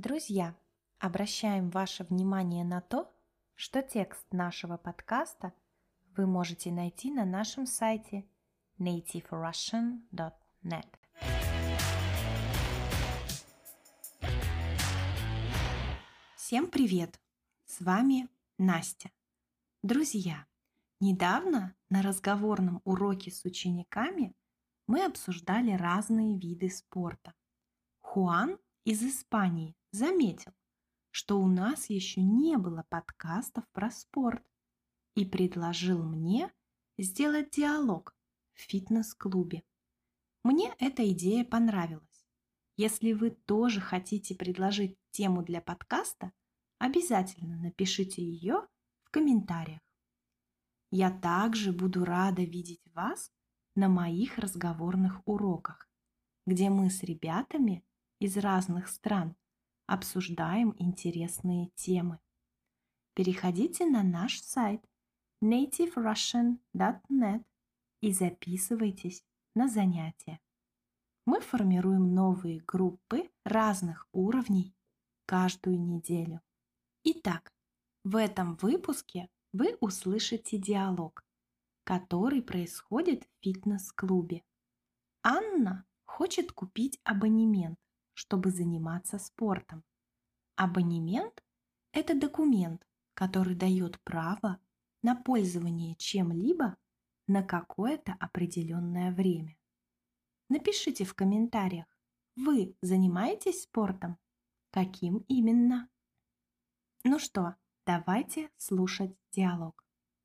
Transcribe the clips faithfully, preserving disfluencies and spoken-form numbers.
Друзья, обращаем ваше внимание на то, что текст нашего подкаста вы можете найти на нашем сайте нейтив рассиан точка нет. Всем привет! С вами Настя. Друзья, недавно на разговорном уроке с учениками мы обсуждали разные виды спорта. Хуан из Испании заметил, что у нас еще не было подкастов про спорт и предложил мне сделать диалог в фитнес-клубе. Мне эта идея понравилась. Если вы тоже хотите предложить тему для подкаста, обязательно напишите ее в комментариях. Я также буду рада видеть вас на моих разговорных уроках, где мы с ребятами из разных стран обсуждаем интересные темы. Переходите на наш сайт нейтив рассиан точка нет и записывайтесь на занятия. Мы формируем новые группы разных уровней каждую неделю. Итак, в этом выпуске вы услышите диалог, который происходит в фитнес-клубе. Анна хочет купить абонемент, чтобы заниматься спортом. Абонемент – это документ, который дает право на пользование чем-либо на какое-то определенное время. Напишите в комментариях, вы занимаетесь спортом? Каким именно? Ну что, давайте слушать диалог.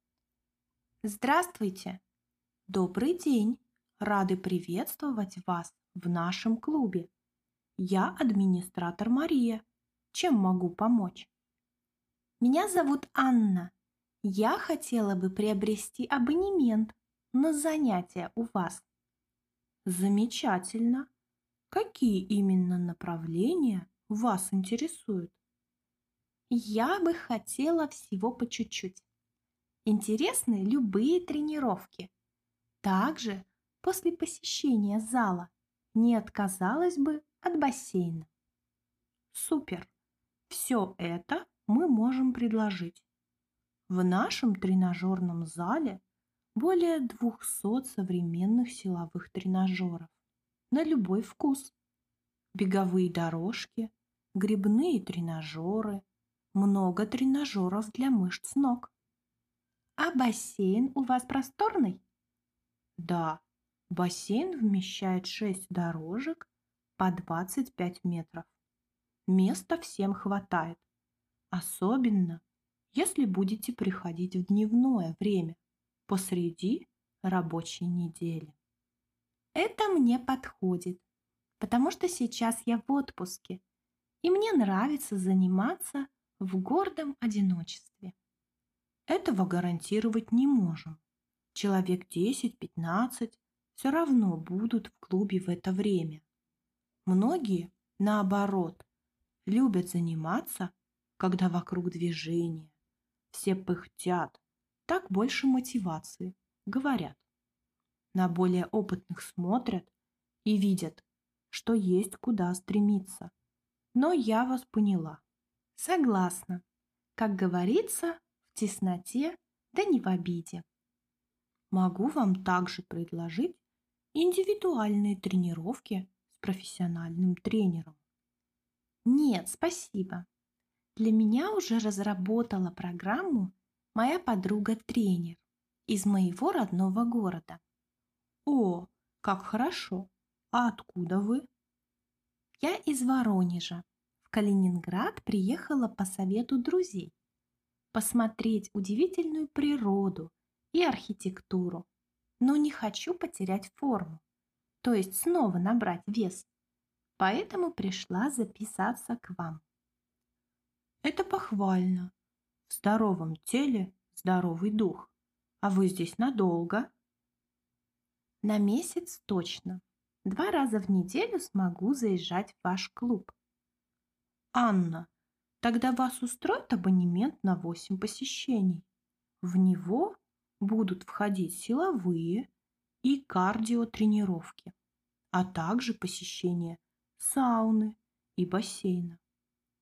Здравствуйте! Добрый день! Рады приветствовать вас в нашем клубе. Я администратор Мария. Чем могу помочь? Меня зовут Анна. Я хотела бы приобрести абонемент на занятия у вас. Замечательно. Какие именно направления вас интересуют? Я бы хотела всего по чуть-чуть. Интересны любые тренировки. Также после посещения зала не отказалась бы от бассейна. Супер! Все это мы можем предложить. В нашем тренажерном зале более двухсот современных силовых тренажеров на любой вкус. Беговые дорожки, гребные тренажеры, много тренажеров для мышц ног. А бассейн у вас просторный? Да, бассейн вмещает шесть дорожек по двадцать пять метров. Места всем хватает, особенно если будете приходить в дневное время, посреди рабочей недели. Это мне подходит, потому что сейчас я в отпуске, и мне нравится заниматься в гордом одиночестве. Этого гарантировать не можем. Человек десять-пятнадцать все равно будут в клубе в это время. Многие, наоборот, любят заниматься, когда вокруг движения. Все пыхтят, так больше мотивации, говорят. На более опытных смотрят и видят, что есть куда стремиться. Но я вас поняла. Согласна. Как говорится, в тесноте, да не в обиде. Могу вам также предложить индивидуальные тренировки с профессиональным тренером. Нет, спасибо. Для меня уже разработала программу моя подруга-тренер из моего родного города. О, как хорошо! А откуда вы? Я из Воронежа. В Калининград приехала по совету друзей посмотреть удивительную природу и архитектуру, но не хочу потерять форму, то есть снова набрать вес. Поэтому пришла записаться к вам. Это похвально. В здоровом теле здоровый дух. А вы здесь надолго? На месяц точно. Два раза в неделю смогу заезжать в ваш клуб. Анна, тогда вас устроит абонемент на восемь посещений. В него будут входить силовые и кардиотренировки, а также посещение сауны и бассейна.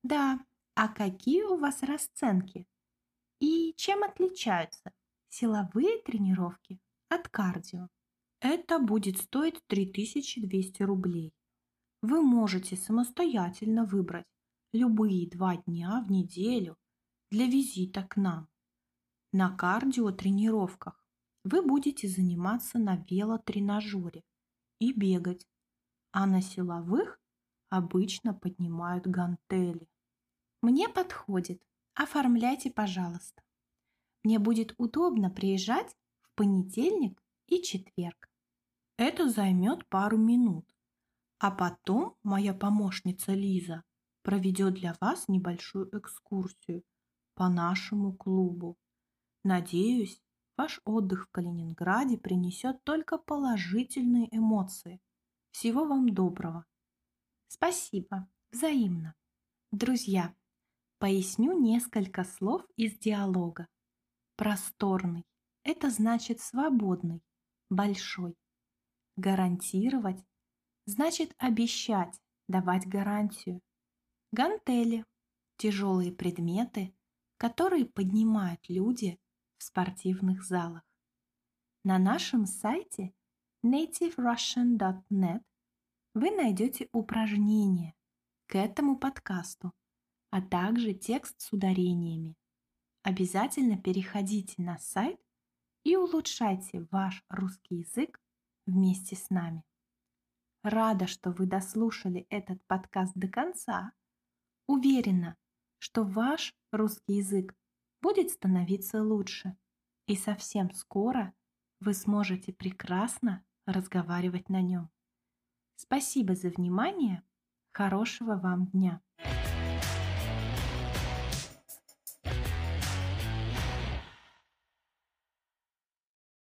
Да, а какие у вас расценки? И чем отличаются силовые тренировки от кардио? Это будет стоить три тысячи двести рублей. Вы можете самостоятельно выбрать любые два дня в неделю для визита к нам. На кардиотренировках вы будете заниматься на велотренажере и бегать, а на силовых обычно поднимают гантели. Мне подходит. Оформляйте, пожалуйста. Мне будет удобно приезжать в понедельник и четверг. Это займет пару минут. А потом моя помощница Лиза проведет для вас небольшую экскурсию по нашему клубу. Надеюсь, ваш отдых в Калининграде принесет только положительные эмоции. Всего вам доброго. Спасибо. Взаимно. Друзья, поясню несколько слов из диалога. Просторный – это значит свободный, большой. Гарантировать – значит обещать, давать гарантию. Гантели – тяжелые предметы, которые поднимают люди в спортивных залах. На нашем сайте нейтив рассиан точка нет вы найдете упражнения к этому подкасту, а также текст с ударениями. Обязательно переходите на сайт и улучшайте ваш русский язык вместе с нами. Рада, что вы дослушали этот подкаст до конца. Уверена, что ваш русский язык будет становиться лучше, и совсем скоро вы сможете прекрасно разговаривать на нем. Спасибо за внимание. Хорошего вам дня!